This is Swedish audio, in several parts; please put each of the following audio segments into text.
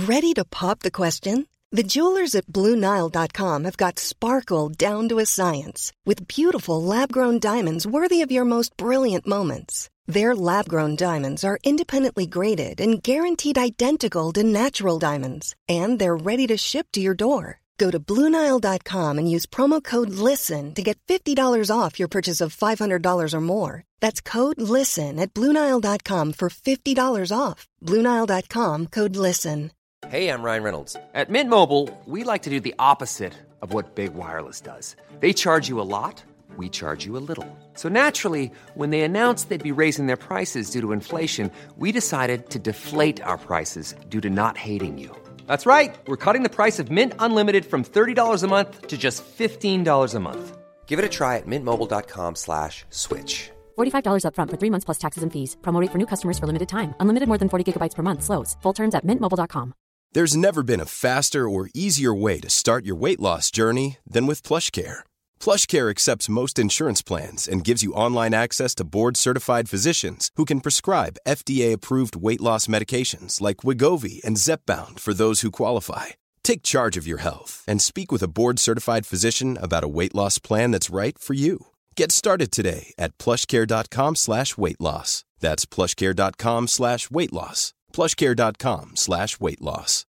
Ready to pop the question? The jewelers at BlueNile.com have got sparkle down to a science with beautiful lab-grown diamonds worthy of your most brilliant moments. Their lab-grown diamonds are independently graded and guaranteed identical to natural diamonds, and they're ready to ship to your door. Go to BlueNile.com and use promo code LISTEN to get $50 off your purchase of $500 or more. That's code LISTEN at BlueNile.com for $50 off. BlueNile.com, code LISTEN. Hey, I'm Ryan Reynolds. At Mint Mobile, we like to do the opposite of what Big Wireless does. They charge you a lot, we charge you a little. So naturally, when they announced they'd be raising their prices due to inflation, we decided to deflate our prices due to not hating you. That's right. We're cutting the price of Mint Unlimited from $30 a month to just $15 a month. Give it a try at mintmobile.com/switch. $45 up front for 3 months plus taxes and fees. Promo rate for new customers for limited time. Unlimited more than 40 gigabytes per month. Slows full terms at mintmobile.com. There's never been a faster or easier way to start your weight loss journey than with PlushCare. PlushCare accepts most insurance plans and gives you online access to board-certified physicians who can prescribe FDA-approved weight loss medications like Wegovy and Zepbound for those who qualify. Take charge of your health and speak with a board-certified physician about a weight loss plan that's right for you. Get started today at plushcare.com/weightloss. That's plushcare.com/weightloss. plushcare.com/weightloss.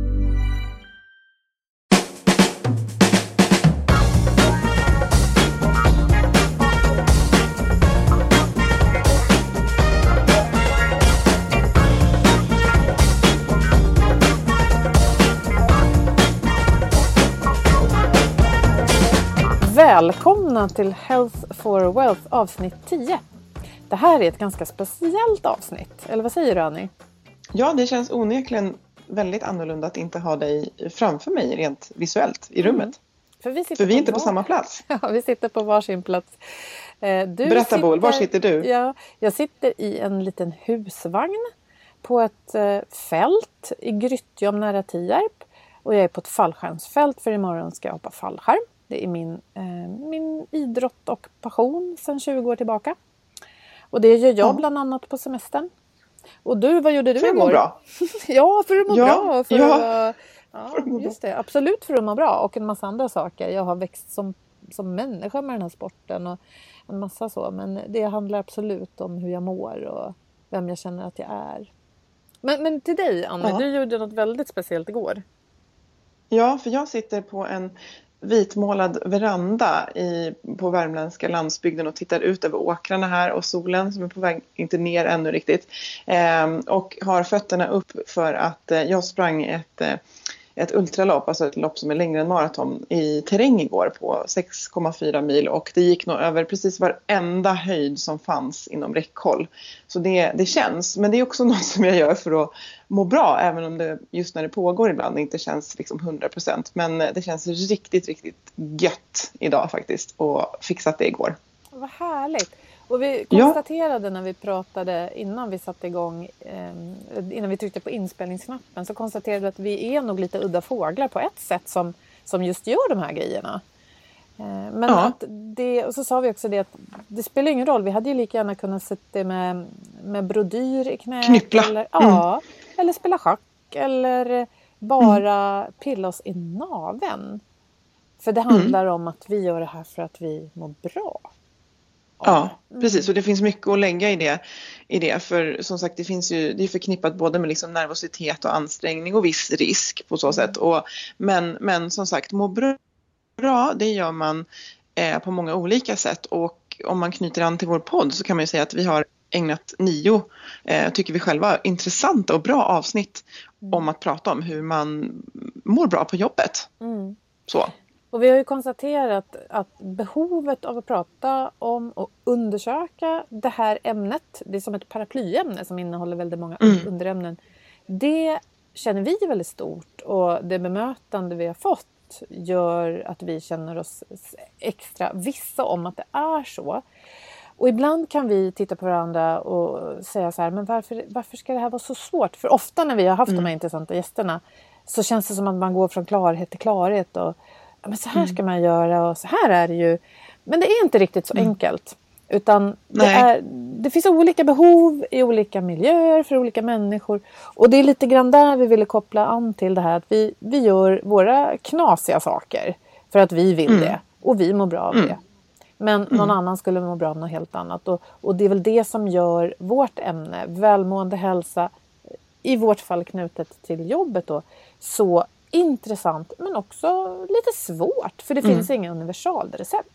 Välkomna till Health for Wealth avsnitt 10. Det här är ett ganska speciellt avsnitt, eller vad säger du, Annie? Ja, det känns onekligen väldigt annorlunda att inte ha dig framför mig rent visuellt i rummet. För vi är inte på samma plats. Ja, vi sitter på varsin plats. Berätta Bol, var sitter du? Ja, jag sitter i en liten husvagn på ett fält i Grytjom nära Tierp. Och jag är på ett fallskärmsfält för imorgon ska jag hoppa fallskärm. Det är min idrott och passion sedan 20 år tillbaka. Och det gör jag bland annat på semestern. Och du, vad gjorde du igår? För att må bra. Ja, för att må bra. För att må just det. Absolut för att må bra. Och en massa andra saker. Jag har växt som människa med den här sporten. Och en massa så. Men det handlar absolut om hur jag mår. Och vem jag känner att jag är. Men till dig, Anna. Du gjorde något väldigt speciellt igår. Ja, för jag sitter på en vitmålad veranda på värmländska landsbygden och tittar ut över åkrarna här och solen som är på väg inte ner ännu riktigt. Och har fötterna upp för att jag sprang ett ultralopp, alltså ett lopp som är längre än maraton i terräng igår på 6,4 mil och det gick nog över precis varenda höjd som fanns inom räckhåll. Så det känns, men det är också något som jag gör för att må bra, även om det just när det pågår ibland inte känns liksom 100%. Men det känns riktigt, riktigt gött idag faktiskt och fixat det igår. Vad härligt! Och vi konstaterade när vi pratade innan vi satte igång, innan vi tryckte på inspelningsknappen, så konstaterade vi att vi är nog lite udda fåglar på ett sätt som just gör de här grejerna. Men att och så sa vi också det att det spelar ingen roll, vi hade ju lika gärna kunnat sitta med brodyr i knät. Knyppla. Eller, eller spela schack eller bara pilla oss i naven. För det handlar om att vi gör det här för att vi mår bra. Ja, precis. Och det finns mycket att lägga i det. För som sagt, det är förknippat både med liksom nervositet och ansträngning och viss risk på så sätt. Men som sagt, må bra, det gör man på många olika sätt. Och om man knyter an till vår podd så kan man ju säga att vi har ägnat 9, tycker vi själva, intressanta och bra avsnitt om att prata om hur man mår bra på jobbet. Så. Och vi har ju konstaterat att behovet av att prata om och undersöka det här ämnet, det är som ett paraplyämne som innehåller väldigt många underämnen, det känner vi väldigt stort och det bemötande vi har fått gör att vi känner oss extra vissa om att det är så. Och ibland kan vi titta på varandra och säga så här, men varför ska det här vara så svårt? För ofta när vi har haft de här intressanta gästerna så känns det som att man går från klarhet till klarhet och men så här ska man göra och så här är det ju. Men det är inte riktigt så enkelt. Utan det finns olika behov i olika miljöer för olika människor. Och det är lite grann där vi ville koppla an till det här. Att vi gör våra knasiga saker för att vi vill det. Och vi mår bra av det. Men någon annan skulle må bra av något helt annat. Och det är väl det som gör vårt ämne, välmående hälsa, i vårt fall knutet till jobbet då, så intressant men också lite svårt. För det finns inga universalrecept.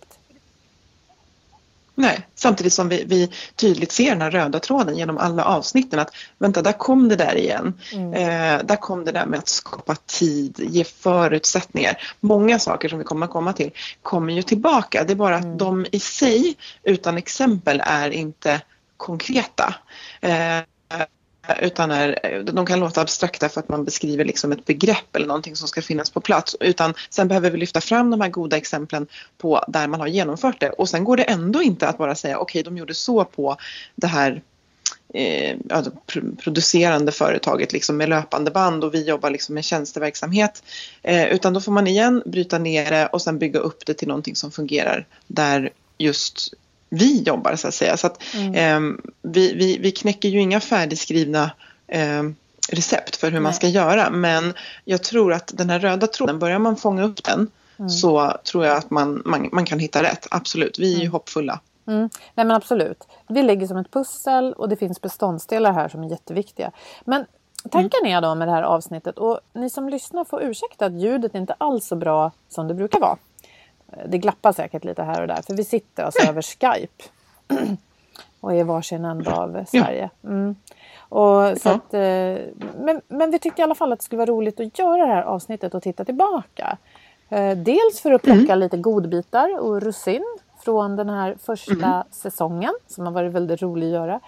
Nej, samtidigt som vi tydligt ser den här röda tråden genom alla avsnitten att vänta, där kom det där igen. Där kom det där med att skapa tid, ge förutsättningar. Många saker som vi kommer att komma till kommer ju tillbaka. Det är bara att de i sig utan exempel är inte konkreta. Utan de kan låta abstrakta för att man beskriver liksom ett begrepp eller någonting som ska finnas på plats. Utan sen behöver vi lyfta fram de här goda exemplen på där man har genomfört det. Och sen går det ändå inte att bara säga okej, de gjorde så på det här producerande företaget liksom med löpande band och vi jobbar liksom med tjänsteverksamhet. Utan då får man igen bryta ner det och sen bygga upp det till någonting som fungerar där just vi jobbar så att säga. Så att vi knäcker ju inga färdigskrivna recept för hur man ska göra. Men jag tror att den här röda tråden, börjar man fånga upp den så tror jag att man kan hitta rätt. Absolut, vi är ju hoppfulla. Nej men absolut. Vi lägger som ett pussel och det finns beståndsdelar här som är jätteviktiga. Men tanken är då med det här avsnittet, och ni som lyssnar får ursäkta att ljudet inte alls så bra som det brukar vara. Det glappar säkert lite här och där. För vi sitter alltså över Skype. Och är varsin ända av Sverige. Och så att, men vi tyckte i alla fall att det skulle vara roligt att göra det här avsnittet och titta tillbaka. Dels för att plocka lite godbitar och russin från den här första säsongen. Som har varit väldigt rolig att göra.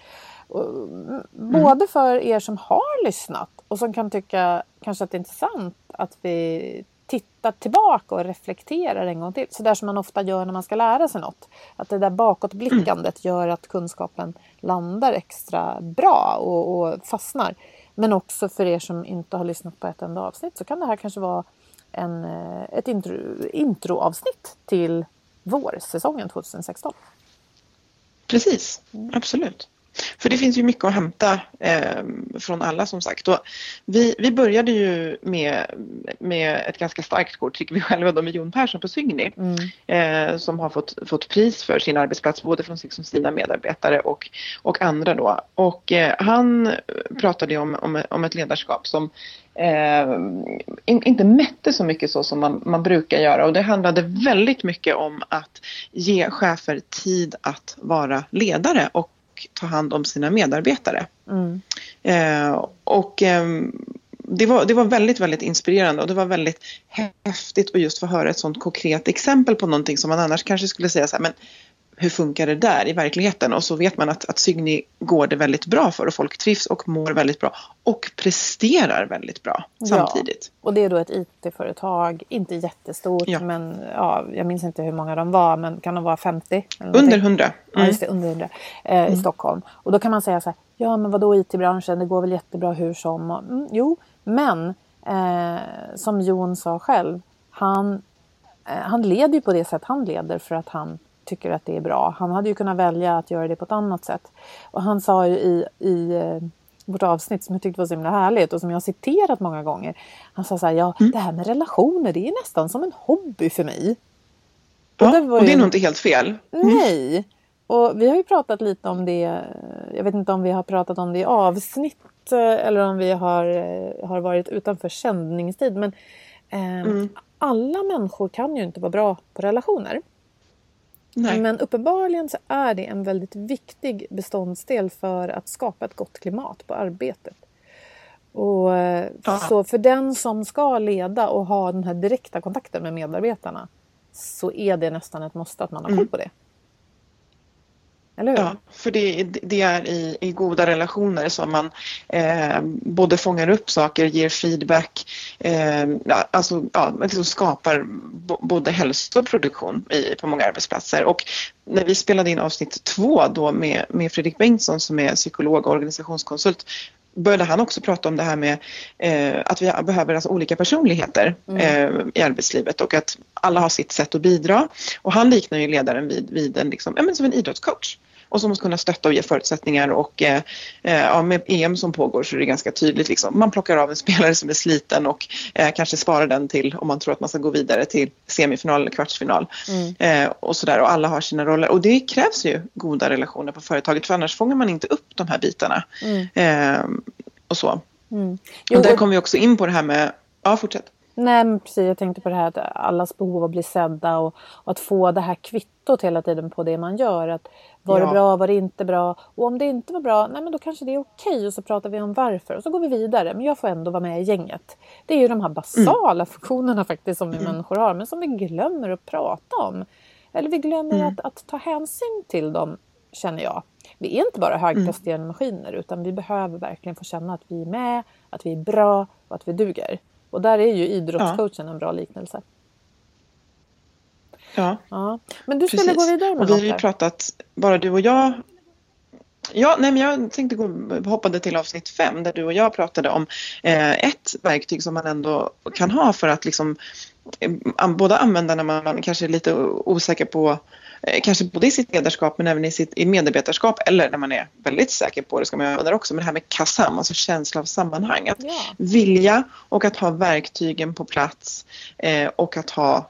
Både för er som har lyssnat och som kan tycka kanske att det är intressant att vi tittar tillbaka och reflekterar en gång till. Så där som man ofta gör när man ska lära sig något. Att det där bakåtblickandet gör att kunskapen landar extra bra och fastnar. Men också för er som inte har lyssnat på ett enda avsnitt så kan det här kanske vara ett introavsnitt till vårsäsongen 2016. Precis, absolut. För det finns ju mycket att hämta från alla som sagt. Och vi började ju med ett ganska starkt kort tycker vi själva då med Jon Persson på Sygni. Som har fått pris för sin arbetsplats både från sina medarbetare och andra då. Och han pratade ju om ett ledarskap som inte mätte så mycket så som man brukar göra. Och det handlade väldigt mycket om att ge chefer tid att vara ledare och ta hand om sina medarbetare. Det var väldigt, väldigt inspirerande och det var väldigt häftigt att just få höra ett sånt konkret exempel på någonting som man annars kanske skulle säga så här, men hur funkar det där i verkligheten? Och så vet man att Sygni går det väldigt bra för och folk trivs och mår väldigt bra och presterar väldigt bra samtidigt. Och det är då ett IT-företag, inte jättestort men jag minns inte hur många de var, men kan de vara 50? Under 100. Ja, just det, under 100 i Stockholm. Och då kan man säga så här, ja men vadå IT-branschen, det går väl jättebra hur som. Jo, men som Jon sa själv, han leder ju på det sätt han leder för att han tycker att det är bra. Han hade ju kunnat välja att göra det på ett annat sätt. Och han sa ju i vårt avsnitt som jag tyckte var så himla härligt och som jag har citerat många gånger. Han sa så här, det här med relationer, det är nästan som en hobby för mig. Och det är nog inte helt fel. Nej. Och vi har ju pratat lite om det. Jag vet inte om vi har pratat om det i avsnitt eller om vi har varit utanför sändningstid. Men alla människor kan ju inte vara bra på relationer. Nej. Men uppenbarligen så är det en väldigt viktig beståndsdel för att skapa ett gott klimat på arbetet. Och så för den som ska leda och ha den här direkta kontakten med medarbetarna så är det nästan ett måste att man har koll på det. Eller hur? Ja, för det är i goda relationer som man både fångar upp saker, ger feedback, liksom skapar både hälsa och produktion på många arbetsplatser. Och när vi spelade in avsnitt 2 då med Fredrik Bengtsson som är psykolog och organisationskonsult, började han också prata om det här med att vi behöver alltså olika personligheter i arbetslivet och att alla har sitt sätt att bidra. Och han liknar ju ledaren vid en, liksom, men som en idrottscoach. Och som måste kunna stötta och ge förutsättningar. Och med EM som pågår så är det ganska tydligt. Liksom. Man plockar av en spelare som är sliten och kanske sparar den till om man tror att man ska gå vidare till semifinal eller kvartsfinal. Och sådär. Och alla har sina roller. Och det krävs ju goda relationer på företaget. För annars fångar man inte upp de här bitarna. Och så. Och där kommer vi också in på det här med... Ja, fortsätt. Nej, men precis. Jag tänkte på det här att allas behov att bli sedda och att få det här kvittot hela tiden på det man gör. Att var det bra, var det inte bra? Och om det inte var bra, nej men då kanske det är okej. Och så pratar vi om varför. Och så går vi vidare. Men jag får ändå vara med i gänget. Det är ju de här basala funktionerna faktiskt som vi människor har. Men som vi glömmer att prata om. Eller vi glömmer att ta hänsyn till dem, känner jag. Vi är inte bara högpresterande maskiner. Utan vi behöver verkligen få känna att vi är med. Att vi är bra och att vi duger. Och där är ju idrottscoachen en bra liknelse. Ja. Men du skulle gå vidare med och vi har ju pratat, bara du och jag. Ja, nej, men jag tänkte hoppade till avsnitt 5 där du och jag pratade om ett verktyg som man ändå kan ha för att liksom både använda när man kanske är lite osäker på kanske både i sitt ledarskap men även i medarbetarskap eller när man är väldigt säker på det ska man använda det också. Men det här med KASAM, alltså känsla av sammanhang. Att vilja och att ha verktygen på plats och att ha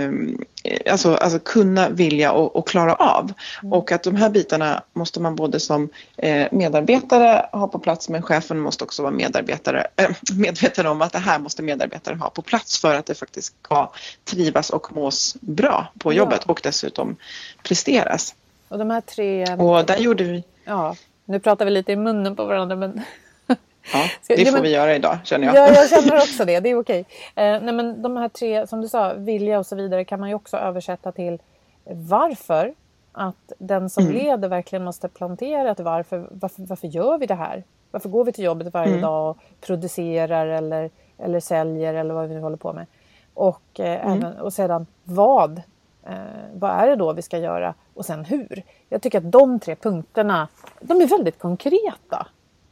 alltså kunna vilja och klara av. Och att de här bitarna måste man både som medarbetare ha på plats, men chefen måste också vara medveten om att det här måste medarbetare ha på plats för att det faktiskt ska trivas och mås bra på jobbet och dessutom presteras. Och de här 3... Och där gjorde vi... Ja, nu pratar vi lite i munnen på varandra, men... Ja, det får vi göra idag, känner jag. Ja, jag känner också det. Det är okej. Nej, men de här 3, som du sa, vilja och så vidare, kan man ju också översätta till varför. Att den som leder verkligen måste plantera ett varför gör vi det här? Varför går vi till jobbet varje dag och producerar eller säljer eller vad vi nu håller på med? Och, och sedan vad är det då vi ska göra? Och sen hur? Jag tycker att de 3 punkterna, de är väldigt konkreta.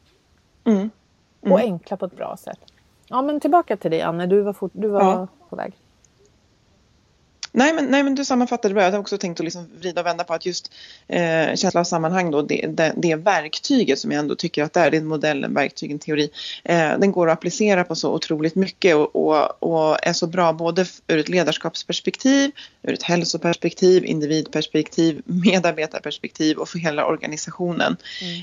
Och enkla på ett bra sätt. Ja, men tillbaka till dig, Anne. Du var på väg. Nej, men du sammanfattade det bra. Jag har också tänkt att liksom vrida och vända på att just känsla av sammanhang då, det verktyget som jag ändå tycker att det är en modell, en verktyg, en teori. Den går att applicera på så otroligt mycket och är så bra både ur ett ledarskapsperspektiv, ur ett hälsoperspektiv, individperspektiv, medarbetarperspektiv och för hela organisationen.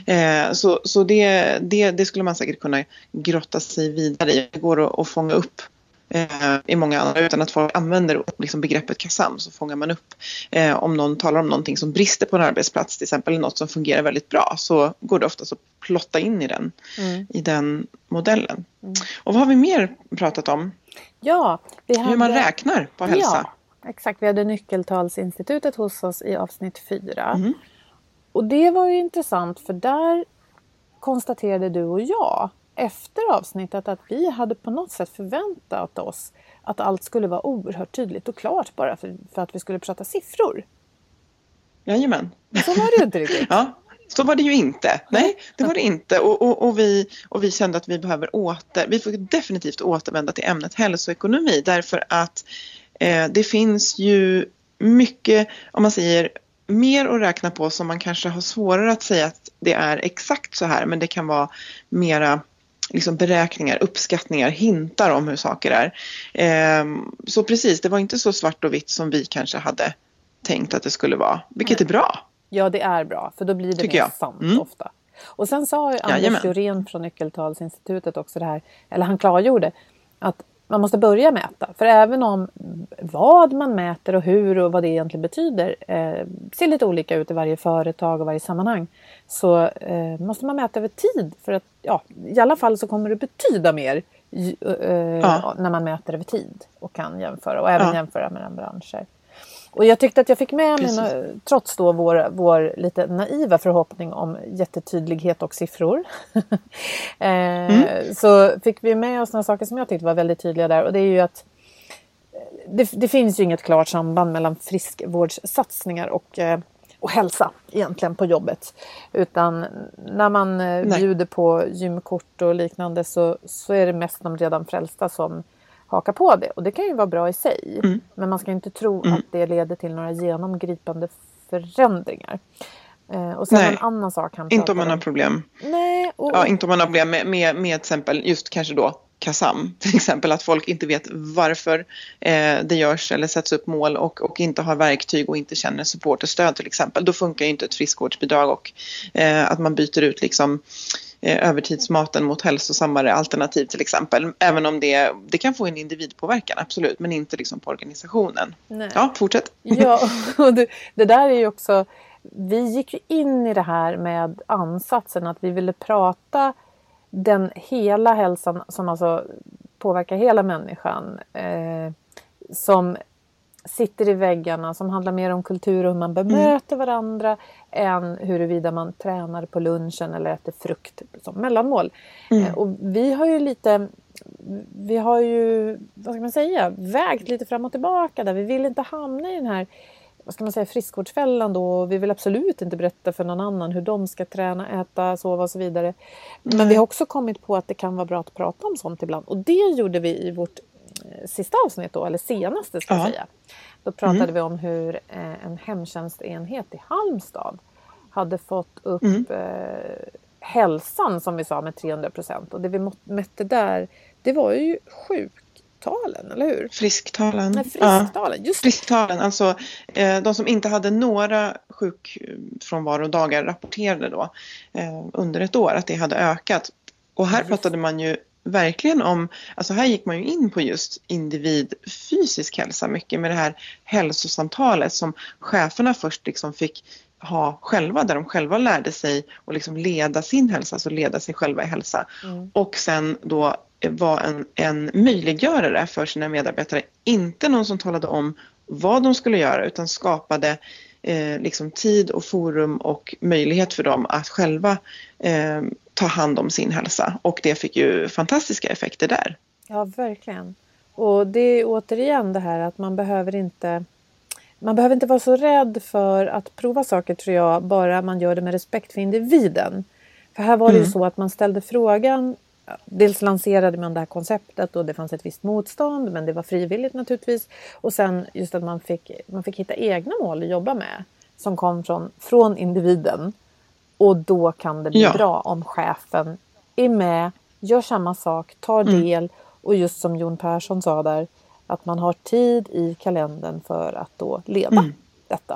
Så det skulle man säkert kunna grotta sig vidare i. Det går att fånga upp i många andra, utan att folk använder liksom begreppet KASAM, så fångar man upp om någon talar om någonting som brister på en arbetsplats till exempel, eller något som fungerar väldigt bra, så går det ofta att plotta in i den modellen. Och vad har vi mer pratat om? Ja, hur man räknar på hälsa. Ja, exakt. Vi hade Nyckeltalsinstitutet hos oss i avsnitt 4. Och det var ju intressant, för där konstaterade du och jag efter avsnittet att vi hade på något sätt förväntat oss att allt skulle vara oerhört tydligt och klart bara för att vi skulle prata siffror. Jajamän. Så var det ju inte riktigt. Ja, så var det ju inte. Nej, det var det inte. Och vi kände att vi får definitivt återvända till ämnet hälsoekonomi, därför att det finns ju mycket, om man säger, mer att räkna på som man kanske har svårare att säga att det är exakt så här, men det kan vara mera liksom beräkningar, uppskattningar, hintar om hur saker är. Så precis, det var inte så svart och vitt som vi kanske hade tänkt att det skulle vara, vilket är bra. Ja, det är bra, för då blir det mer sant ofta. Och sen sa ju Anders Jurén från Nyckeltalsinstitutet också det här, eller han klargjorde att man måste börja mäta. För även om vad man mäter och hur och vad det egentligen betyder ser lite olika ut i varje företag och varje sammanhang, så måste man mäta över tid. För att i alla fall så kommer det betyda mer när man mäter över tid och kan jämföra. Och även jämföra mellan branscher. Och jag tyckte att jag fick med mig, trots då vår lite naiva förhoppning om jättetydlighet och siffror. Så fick vi med oss några saker som jag tyckte var väldigt tydliga där. Och det är ju att det finns ju inget klart samband mellan friskvårdssatsningar och och hälsa egentligen på jobbet. Utan när man bjuder på gymkort och liknande så är det mest de redan frälsta som hakar på det. Och det kan ju vara bra i sig. Men man ska inte tro att det leder till några genomgripande förändringar. Och sen en annan sak han inte om man har problem. Nej. Inte om man har problem med till exempel just kanske då KASAM till exempel, att folk inte vet varför det görs eller sätts upp mål och inte har verktyg och inte känner support och stöd till exempel. Då funkar ju inte ett friskvårdsbidrag och att man byter ut liksom övertidsmaten mot hälsosammare alternativ till exempel. Även om det kan få en individpåverkan, absolut, men inte liksom på organisationen. Nej. Ja, fortsätt. Ja, och det där är ju också, vi gick ju in i det här med ansatsen att vi ville prata den hela hälsan som alltså påverkar hela människan, som sitter i väggarna, som handlar mer om kultur och hur man bemöter varandra än huruvida man tränar på lunchen eller äter frukt som mellanmål. Och vi har ju, vad ska man säga, vägt lite fram och tillbaka där. Vi vill inte hamna i den här, vad ska man säga, friskvårdsfällan då. Vi vill absolut inte berätta för någon annan hur de ska träna, äta, sova och så vidare. Men vi har också kommit på att det kan vara bra att prata om sånt ibland. Och det gjorde vi i vårt sista avsnitt då, eller senaste ska jag säga. Då pratade vi om hur en hemtjänstenhet i Halmstad hade fått upp hälsan, som vi sa, med 300%. Och det vi mätte där, det var ju sjuktalen, eller hur? Frisktalen. Nej, frisktalen, just frisktalen, alltså de som inte hade några sjukfrånvarodagar rapporterade då under ett år att det hade ökat. Och här pratade man ju verkligen om, alltså här gick man ju in på just individ fysisk hälsa mycket med det här hälsosamtalet som cheferna först liksom fick ha själva, där de själva lärde sig och liksom leda sin hälsa, alltså leda sig själva i hälsa. Och sen då var en möjliggörare för sina medarbetare, inte någon som talade om vad de skulle göra utan skapade liksom tid och forum och möjlighet för dem att själva ta hand om sin hälsa. Och det fick ju fantastiska effekter där. Ja, verkligen. Och det är återigen det här att man behöver inte vara så rädd för att prova saker, tror jag, bara man gör det med respekt för individen. För här var det ju så att man ställde frågan, dels lanserade man det här konceptet och det fanns ett visst motstånd, men det var frivilligt naturligtvis. Och sen just att man fick hitta egna mål att jobba med som kom från individen. Och då kan det bli bra om chefen är med, gör samma sak, tar del och just som Jon Persson sa där, att man har tid i kalendern för att då leda detta.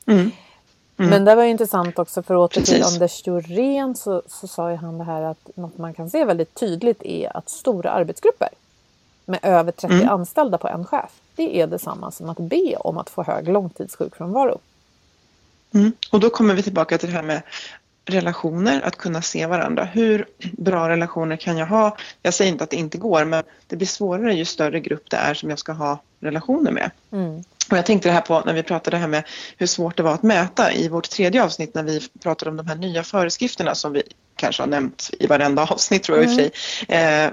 Men det var ju intressant också, för åter till Anders Jorén så sa ju han det här att något man kan se väldigt tydligt är att stora arbetsgrupper med över 30 anställda på en chef, det är detsamma som att be om att få hög långtidssjukfrånvaro. Och då kommer vi tillbaka till det här med relationer, att kunna se varandra. Hur bra relationer kan jag ha? Jag säger inte att det inte går, men det blir svårare ju större grupp det är som jag ska ha relationer med. Och jag tänkte det här på när vi pratade här med hur svårt det var att mäta i vårt 3:e avsnitt när vi pratade om de här nya föreskrifterna som vi kanske har nämnt i varenda avsnitt, tror jag i och för sig,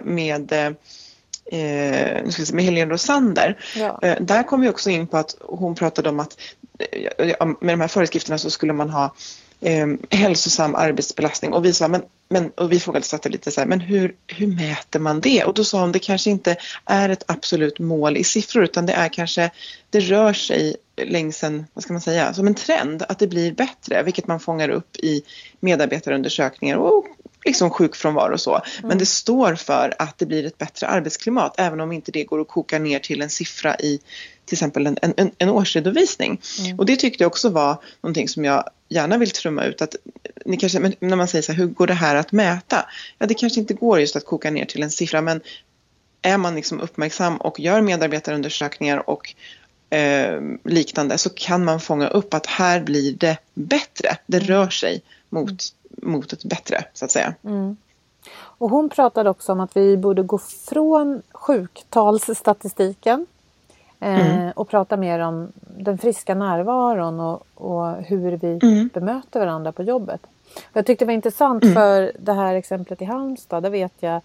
med Helene Rosander. Där kom vi också in på att hon pratade om att med de här föreskrifterna så skulle man ha hälsosam arbetsbelastning, och vi sa och vi frågade lite så här, men hur mäter man det? Och då sa hon, det kanske inte är ett absolut mål i siffror, utan det är kanske, det rör sig längs en, vad ska man säga, som en trend att det blir bättre, vilket man fångar upp i medarbetarundersökningar och liksom sjukfrånvaro och så. Men det står för att det blir ett bättre arbetsklimat, även om inte det går att koka ner till en siffra i till exempel en årsredovisning. Och det tyckte jag också var någonting som jag gärna vill trumma ut, att ni kanske, men när man säger så här, hur går det här att mäta? Ja, det kanske inte går just att koka ner till en siffra, men är man liksom uppmärksam och gör medarbetarundersökningar och liknande, så kan man fånga upp att här blir det bättre. Det rör sig mot ett bättre, så att säga. Och hon pratade också om att vi borde gå från sjuktalsstatistiken och prata mer om den friska närvaron och hur vi bemöter varandra på jobbet. Och jag tyckte det var intressant för det här exemplet i Halmstad. Där vet jag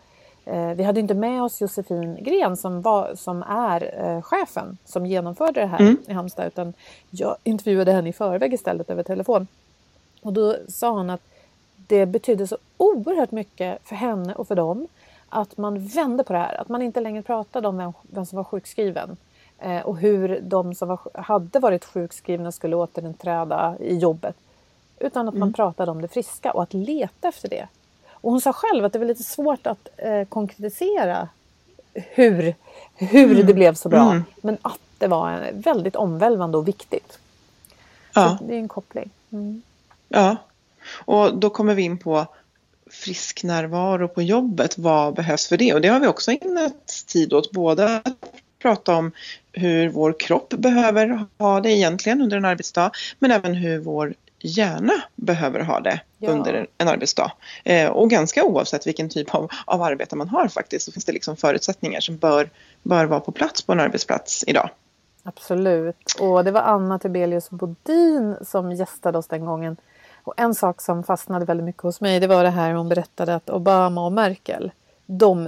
Vi hade inte med oss Josefin Gren som är chefen som genomförde det här i Halmstad, utan jag intervjuade henne i förväg istället över telefon. Och då sa hon att det betydde så oerhört mycket för henne och för dem att man vände på det här. Att man inte längre pratade om vem som var sjukskriven. Och hur de som hade varit sjukskrivna skulle återinträda i jobbet. Utan att man pratade om det friska och att leta efter det. Och hon sa själv att det var lite svårt att konkretisera hur det blev så bra. Men att det var väldigt omvälvande och viktigt. Ja. Så det är en koppling. Ja, och då kommer vi in på frisk närvaro på jobbet. Vad behövs för det? Och det har vi också ägnat tid åt. Både att prata om hur vår kropp behöver ha det egentligen under en arbetsdag. Men även hur vår hjärna behöver ha det under en arbetsdag. Och ganska oavsett vilken typ av arbete man har faktiskt. Så finns det liksom förutsättningar som bör vara på plats på en arbetsplats idag. Absolut. Och det var Anna Tibelius Bodin som gästade oss den gången. Och en sak som fastnade väldigt mycket hos mig, det var det här hon berättade att Obama och Merkel, de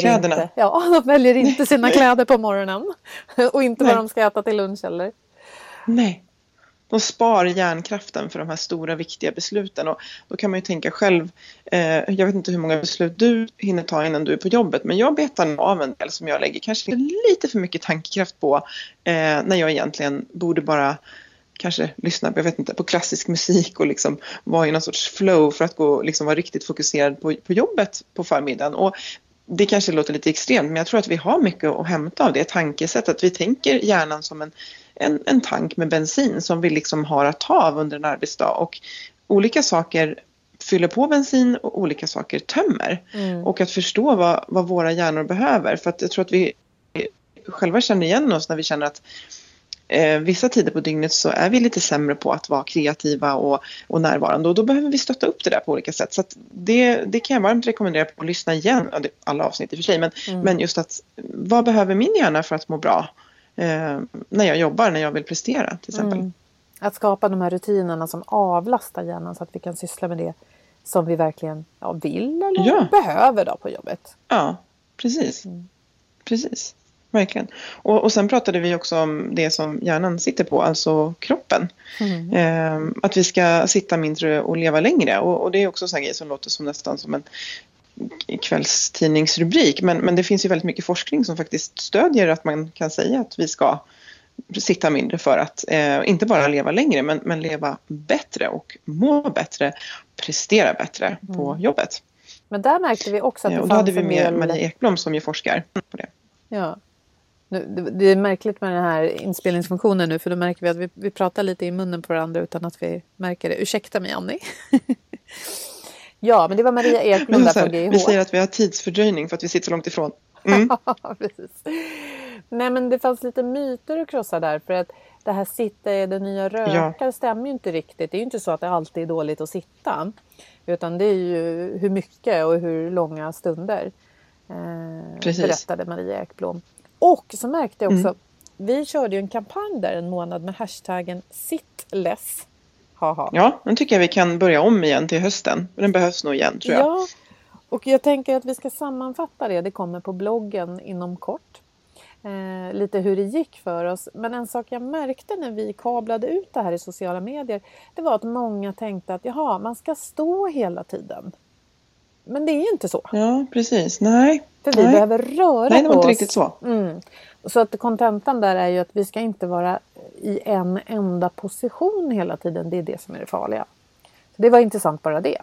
väljer inte sina kläder på morgonen. Och inte vad de ska äta till lunch eller. Nej. De spar hjärnkraften för de här stora viktiga besluten. Och då kan man ju tänka själv, jag vet inte hur många beslut du hinner ta innan du är på jobbet. Men jag betar av en del som jag lägger kanske lite för mycket tankekraft på. När jag egentligen borde bara kanske lyssna på klassisk musik och liksom vara i någon sorts flow för att gå liksom vara riktigt fokuserad på jobbet på förmiddagen. Och det kanske låter lite extremt, men jag tror att vi har mycket att hämta av det tankesättet. Vi tänker hjärnan som en tank med bensin som vi liksom har att ta av under en arbetsdag. Och olika saker fyller på bensin och olika saker tömmer. Och att förstå vad våra hjärnor behöver. För att jag tror att vi själva känner igen oss när vi känner att vissa tider på dygnet så är vi lite sämre på att vara kreativa och närvarande. Och då behöver vi stötta upp det där på olika sätt. Så att det kan jag varmt rekommendera på att lyssna igen. Alla avsnitt i och för sig. Men just att vad behöver min hjärna för att må bra när jag jobbar, när jag vill prestera till exempel. Att skapa de här rutinerna som avlastar hjärnan så att vi kan syssla med det som vi verkligen vill eller behöver då på jobbet. Ja, precis. Precis. Verkligen. Och sen pratade vi också om det som hjärnan sitter på, alltså kroppen. Att vi ska sitta mindre och leva längre. Och det är också en grej som låter som nästan som en kvällstidningsrubrik. Men det finns ju väldigt mycket forskning som faktiskt stödjer att man kan säga att vi ska sitta mindre för att inte bara leva längre men leva bättre och må bättre, prestera bättre på jobbet. Men där märkte vi också att det och då hade vi med Marie Ekblom som ju forskar på det. Ja. Det är märkligt med den här inspelningsfunktionen nu, för då märker vi att vi pratar lite i munnen på varandra utan att vi märker det. Ursäkta mig, Annie. Ja, men det var Maria Ekblom där på GIH. Vi säger att vi har tidsfördröjning för att vi sitter så långt ifrån. Ja, precis. Nej, men det fanns lite myter att krossa där, för att det här sitta är det nya rökar stämmer ju inte riktigt. Det är ju inte så att det alltid är dåligt att sitta, utan det är ju hur mycket och hur långa stunder berättade Maria Ekblom. Och så märkte jag också, vi körde ju en kampanj där en månad med hashtaggen #sitless. Ja, den tycker jag vi kan börja om igen till hösten. Den behövs nog igen, tror jag. Ja, och jag tänker att vi ska sammanfatta det. Det kommer på bloggen inom kort. Lite hur det gick för oss. Men en sak jag märkte när vi kablade ut det här i sociala medier, det var att många tänkte att man ska stå hela tiden. Men det är ju inte så. Ja, precis. Nej. För vi behöver röra på oss. Nej, det var inte riktigt så. Så att kontentan där är ju att vi ska inte vara i en enda position hela tiden. Det är det som är det farliga. Så det var intressant bara det.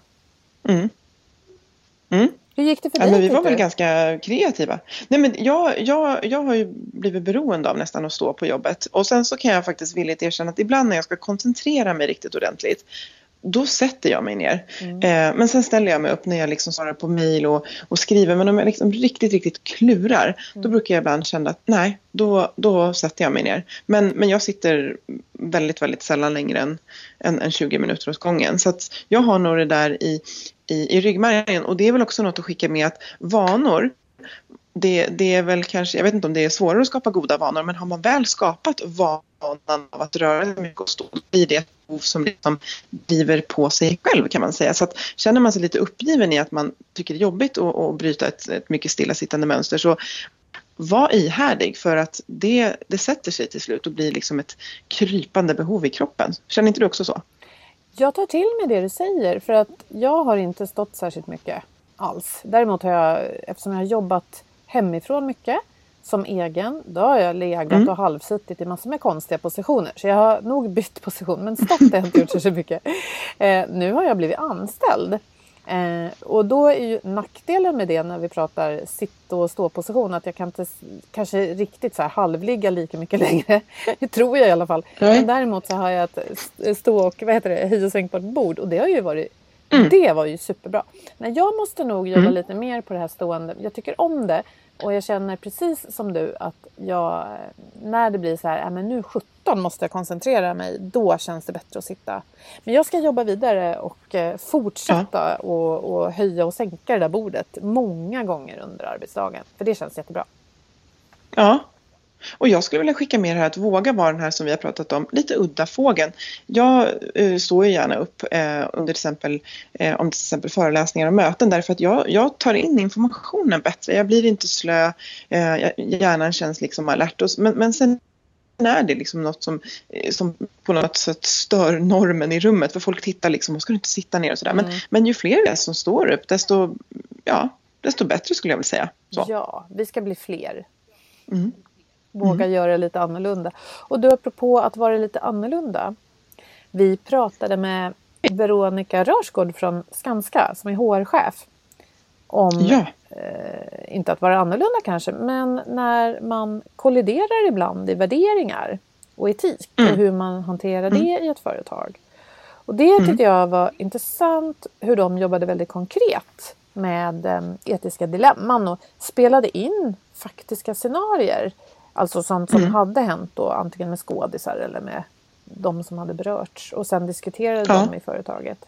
Hur gick det för dig? Men vi var väl ganska kreativa. Nej, men jag har ju blivit beroende av nästan att stå på jobbet. Och sen så kan jag faktiskt villigt erkänna att ibland när jag ska koncentrera mig riktigt ordentligt, då sätter jag mig ner. Men sen ställer jag mig upp när jag liksom svarar på mejl och skriver. Men om jag liksom riktigt klurar, då brukar jag ibland känna att nej, då sätter jag mig ner. Men jag sitter väldigt, väldigt sällan längre än 20 minuter åt gången. Så att jag har nog det där i ryggmärgen. Och det är väl också något att skicka med att vanor, det är väl kanske, jag vet inte om det är svårare att skapa goda vanor, men har man väl skapat vanan av att röra sig mycket och stå, blir det som liksom driver på sig själv, kan man säga. Så att känner man sig lite uppgiven i att man tycker det är jobbigt att bryta ett mycket stillasittande mönster, så var ihärdig, för att det sätter sig till slut och blir liksom ett krypande behov i kroppen. Känner inte du också så? Jag tar till mig det du säger, för att jag har inte stått särskilt mycket alls. Däremot har jag, eftersom jag har jobbat hemifrån mycket som egen, då har jag legat och halvsuttit i massor med konstiga positioner. Så jag har nog bytt position, men stått har jag inte gjort så mycket. Nu har jag blivit anställd. Och då är ju nackdelen med det när vi pratar sitt- och ståposition att jag kan inte kanske riktigt så här halvligga lika mycket längre. Det tror jag i alla fall. Men däremot så har jag ett stå- och höj- och sänkbart bord, och det har ju varit det var ju superbra. Men jag måste nog jobba lite mer på det här stående. Jag tycker om det. Och jag känner precis som du att jag, när det blir så här, men nu 17 måste jag koncentrera mig, då känns det bättre att sitta. Men jag ska jobba vidare och fortsätta och höja och sänka det där bordet många gånger under arbetsdagen. För det känns jättebra. Ja. Och jag skulle vilja skicka med det här att våga vara den här som vi har pratat om, lite udda fågeln. Jag står ju gärna upp under till exempel föreläsningar och möten, därför att jag tar in informationen bättre. Jag blir inte slö, hjärnan känns liksom alert. Men sen är det liksom något som på något sätt stör normen i rummet, för folk tittar liksom, och ska du inte sitta ner och sådär. Men ju fler som står upp, desto bättre skulle jag vilja säga. Så. Ja, vi ska bli fler. Våga göra lite annorlunda. Och du, apropå att vara lite annorlunda. Vi pratade med Veronica Rörsgård från Skanska, som är HR-chef. Om, inte att vara annorlunda kanske, men när man kolliderar ibland i värderingar och etik. Och hur man hanterar det i ett företag. Och det tyckte jag var intressant, hur de jobbade väldigt konkret med etiska dilemman. Och spelade in faktiska scenarier. Alltså sånt som hade hänt då, antingen med skådisar eller med de som hade berörts. Och sen diskuterade de i företaget.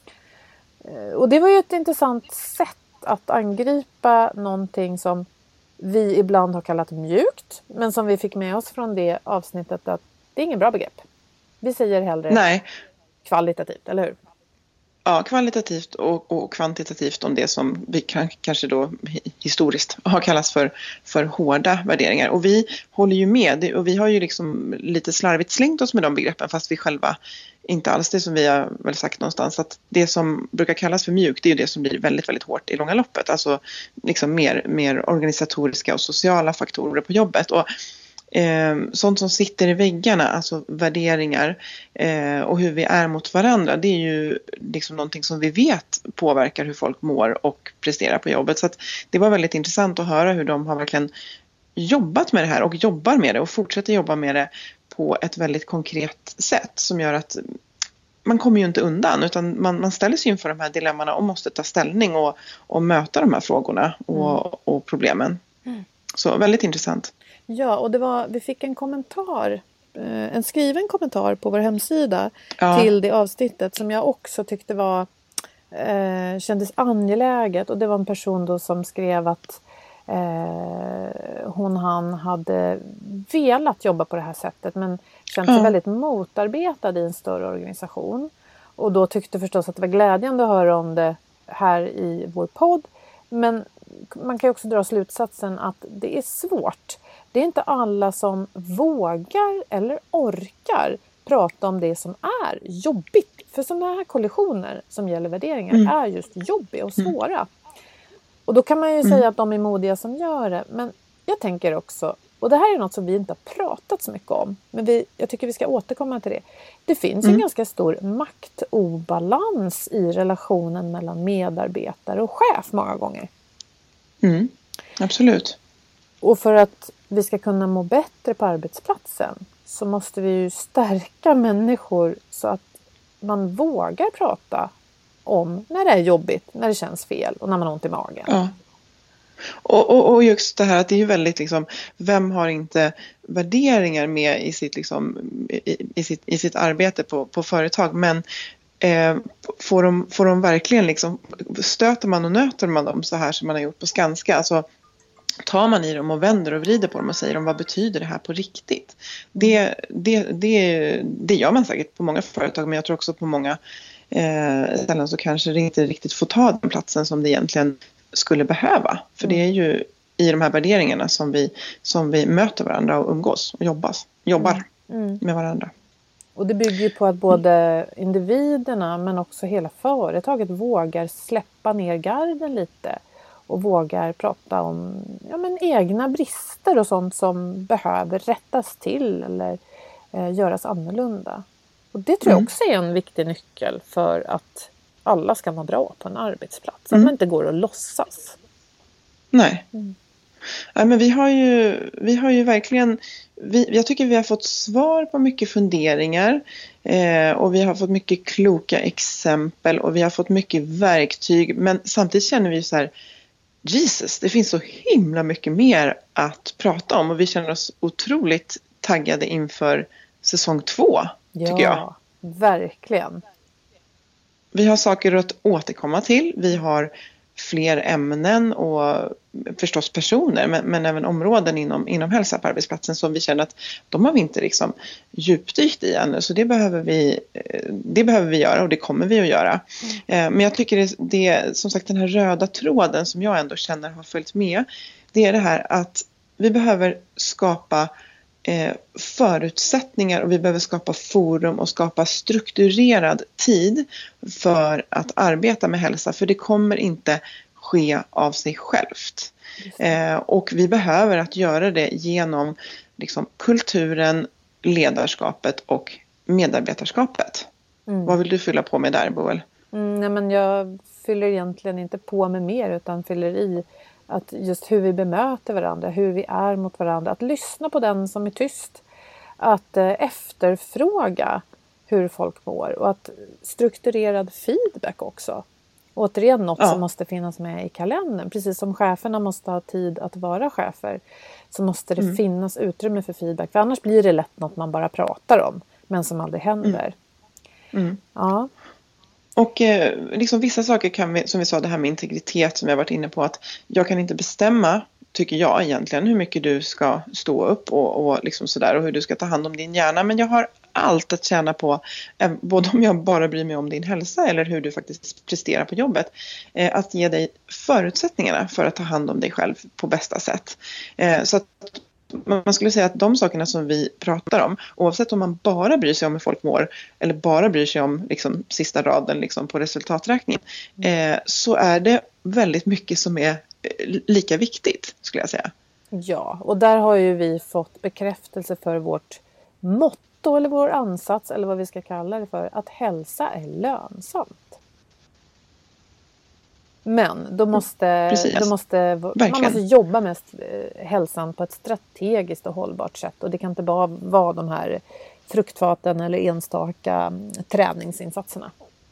Och det var ju ett intressant sätt att angripa någonting som vi ibland har kallat mjukt. Men som vi fick med oss från det avsnittet att det är ingen bra begrepp. Vi säger hellre kvalitativt, eller hur? Ja, kvalitativt och kvantitativt om det som vi kanske då historiskt har kallats för hårda värderingar. Och vi håller ju med, och vi har ju liksom lite slarvigt slängt oss med de begreppen, fast vi själva inte alls det som vi har väl sagt någonstans. Att det som brukar kallas för mjukt, det är ju det som blir väldigt, väldigt hårt i långa loppet. Alltså liksom mer organisatoriska och sociala faktorer på jobbet. Och sånt som sitter i väggarna, alltså värderingar och hur vi är mot varandra, det är ju liksom någonting som vi vet påverkar hur folk mår och presterar på jobbet. Så att det var väldigt intressant att höra hur de har verkligen jobbat med det här och jobbar med det och fortsätter jobba med det på ett väldigt konkret sätt som gör att man kommer ju inte undan, utan man ställer sig inför de här dilemmana och måste ta ställning och möta de här frågorna och problemen. Så väldigt intressant. Ja, och vi fick en kommentar, en skriven kommentar på vår hemsida till det avsnittet som jag också tyckte kändes angeläget. Och det var en person då som skrev att han hade velat jobba på det här sättet, men känt sig väldigt motarbetad i en större organisation. Och då tyckte förstås att det var glädjande att höra om det här i vår podd. Men man kan ju också dra slutsatsen att det är svårt. Det är inte alla som vågar eller orkar prata om det som är jobbigt. För sådana här kollisioner som gäller värderingar är just jobbiga och svåra. Och då kan man ju säga att de är modiga som gör det. Men jag tänker också, och det här är något som vi inte har pratat så mycket om, men jag tycker vi ska återkomma till det. Det finns en ganska stor maktobalans i relationen mellan medarbetare och chef många gånger. Absolut. Och för att vi ska kunna må bättre på arbetsplatsen så måste vi ju stärka människor så att man vågar prata om när det är jobbigt, när det känns fel och när man har ont i magen. Ja. Och just det här att det är ju väldigt liksom, vem har inte värderingar med i sitt liksom, i sitt arbete på företag, men får de verkligen liksom, stöter man och nöter man dem så här som man har gjort på Skanska, alltså tar man i dem och vänder och vrider på dem och säger vad betyder det här på riktigt? Det gör man säkert på många företag, men jag tror också på många ställen så kanske det inte riktigt får ta den platsen som det egentligen skulle behöva. För det är ju i de här värderingarna som vi möter varandra och umgås och jobbar med varandra. Och det bygger ju på att både individerna men också hela företaget vågar släppa ner garden lite. Och vågar prata om egna brister och sånt som behöver rättas till eller göras annorlunda. Och det tror jag också är en viktig nyckel för att alla ska vara bra på en arbetsplats. Att man inte går och låtsas. Nej. Ja, men vi har ju verkligen, jag tycker vi har fått svar på mycket funderingar och vi har fått mycket kloka exempel och vi har fått mycket verktyg, men samtidigt känner vi så här, Jesus, det finns så himla mycket mer att prata om och vi känner oss otroligt taggade inför säsong 2, tycker jag. Ja, verkligen. Vi har saker att återkomma till, vi har fler ämnen och förstås personer, men även områden inom hälsa på arbetsplatsen som vi känner att de har vi inte liksom djupdykt i ännu, så det behöver vi göra och det kommer vi att göra. Men jag tycker det som sagt den här röda tråden som jag ändå känner har följt med, det är det här att vi behöver skapa förutsättningar och vi behöver skapa forum och skapa strukturerad tid för att arbeta med hälsa, för det kommer inte ske av sig självt. Och vi behöver att göra det genom liksom, kulturen, ledarskapet och medarbetarskapet. Vad vill du fylla på med där, Boel? Nej, men jag fyller egentligen inte på med mer utan fyller i att just hur vi bemöter varandra, hur vi är mot varandra. Att lyssna på den som är tyst. Att efterfråga hur folk mår. Och att strukturerad feedback också. Återigen något som måste finnas med i kalendern. Precis som cheferna måste ha tid att vara chefer. Så måste det finnas utrymme för feedback. För annars blir det lätt något man bara pratar om. Men som aldrig händer. Ja. Och liksom vissa saker kan vi, som vi sa, det här med integritet som jag varit inne på, att jag kan inte bestämma, tycker jag egentligen, hur mycket du ska stå upp och liksom sådär och hur du ska ta hand om din hjärna, men jag har allt att tjäna på, både om jag bara bryr mig om din hälsa eller hur du faktiskt presterar på jobbet, att ge dig förutsättningarna för att ta hand om dig själv på bästa sätt. Så att man skulle säga att de sakerna som vi pratar om, oavsett om man bara bryr sig om hur folk mår eller bara bryr sig om liksom, sista raden liksom, på resultaträkningen, så är det väldigt mycket som är lika viktigt, skulle jag säga. Ja, och där har ju vi fått bekräftelse för vårt motto eller vår ansats eller vad vi ska kalla det för, att hälsa är lönsamt. Men då måste man måste jobba med hälsan på ett strategiskt och hållbart sätt. Och det kan inte bara vara de här fruktfaten eller enstaka träningsinsatserna.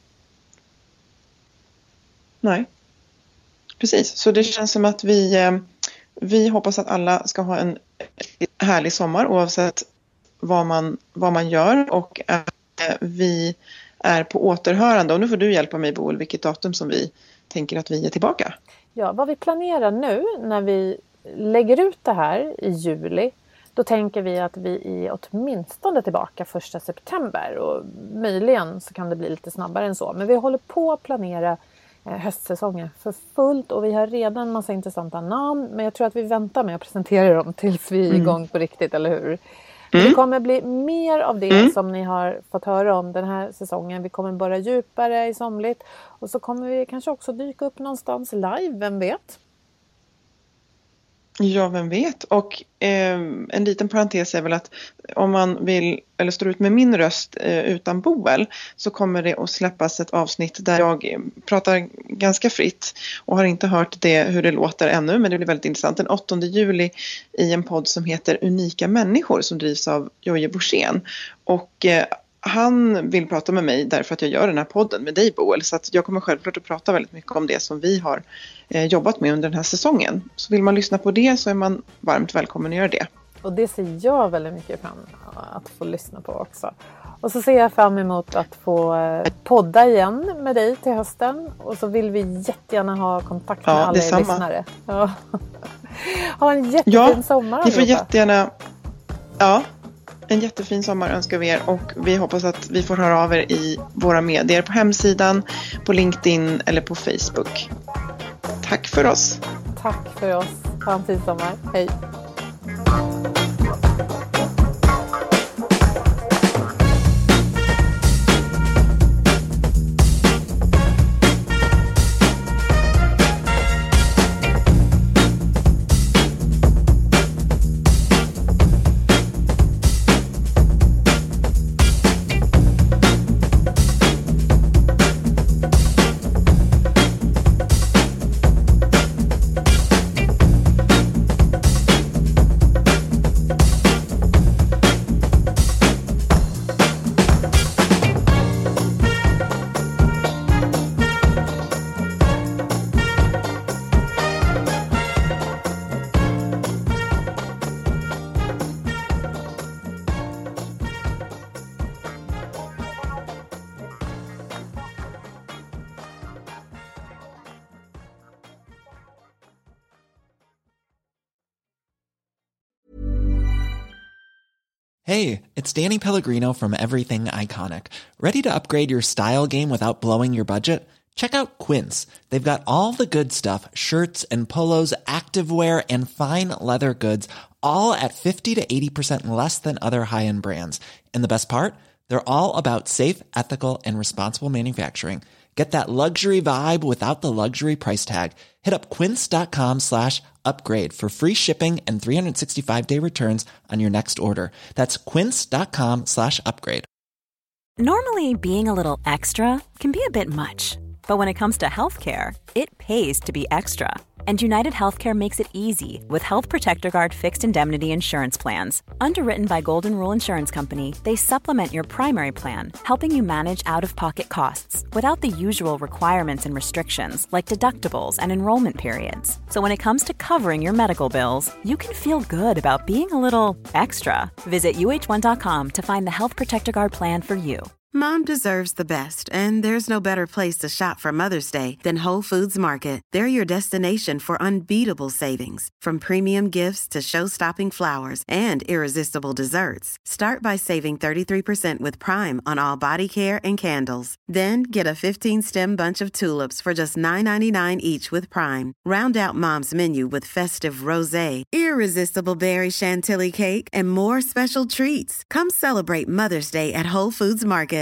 Nej, precis. Så det känns som att vi hoppas att alla ska ha en härlig sommar oavsett vad man gör. Och att vi är på återhörande. Och nu får du hjälpa mig, Boel, vilket datum som vi tänker att vi är tillbaka. Ja, vad vi planerar nu när vi lägger ut det här i juli, då tänker vi att vi är åtminstone tillbaka 1 september och möjligen så kan det bli lite snabbare än så. Men vi håller på att planera höstsäsongen för fullt och vi har redan en massa intressanta namn, men jag tror att vi väntar med att presentera dem tills vi är igång på riktigt, eller hur? Det kommer bli mer av det som ni har fått höra om den här säsongen. Vi kommer borra djupare i somligt. Och så kommer vi kanske också dyka upp någonstans live, vem vet? Ja, vem vet. Och en liten parentes är väl att om man vill eller står ut med min röst utan Boel, så kommer det att släppas ett avsnitt där jag pratar ganska fritt och har inte hört hur det låter ännu, men det blir väldigt intressant. Den 8 juli i en podd som heter Unika människor som drivs av Jojje Borssén. Och han vill prata med mig därför att jag gör den här podden med dig, Boel. Så att jag kommer självklart att prata väldigt mycket om det som vi har jobbat med under den här säsongen. Så vill man lyssna på det så är man varmt välkommen att göra det. Och det ser jag väldigt mycket fram att få lyssna på också. Och så ser jag fram emot att få podda igen med dig till hösten. Och så vill vi jättegärna ha kontakt med alla lyssnare. Ja. Ha en jättefin sommar. Ni får jättegärna... Ja, en jättefin sommar önskar vi er. Och vi hoppas att vi får höra av er i våra medier på hemsidan, på LinkedIn eller på Facebook. Tack för oss. Tack för oss. Ha en fin sommar. Hej. Hey, it's Danny Pellegrino from Everything Iconic. Ready to upgrade your style game without blowing your budget? Check out Quince. They've got all the good stuff, shirts and polos, activewear, and fine leather goods, all at 50 to 80% less than other high-end brands. And the best part? They're all about safe, ethical, and responsible manufacturing. Get that luxury vibe without the luxury price tag. Hit up quince.com/upgrade for free shipping and 365-day returns on your next order. That's quince.com/upgrade. Normally, being a little extra can be a bit much. But when it comes to healthcare, it pays to be extra. And United Healthcare makes it easy with Health Protector Guard fixed indemnity insurance plans. Underwritten by Golden Rule Insurance Company, they supplement your primary plan, helping you manage out-of-pocket costs without the usual requirements and restrictions like deductibles and enrollment periods. So when it comes to covering your medical bills, you can feel good about being a little extra. Visit uh1.com to find the Health Protector Guard plan for you. Mom deserves the best, and there's no better place to shop for Mother's Day than Whole Foods Market. They're your destination for unbeatable savings, from premium gifts to show-stopping flowers and irresistible desserts. Start by saving 33% with Prime on all body care and candles. Then get a 15-stem bunch of tulips for just $9.99 each with Prime. Round out Mom's menu with festive rosé, irresistible berry chantilly cake, and more special treats. Come celebrate Mother's Day at Whole Foods Market.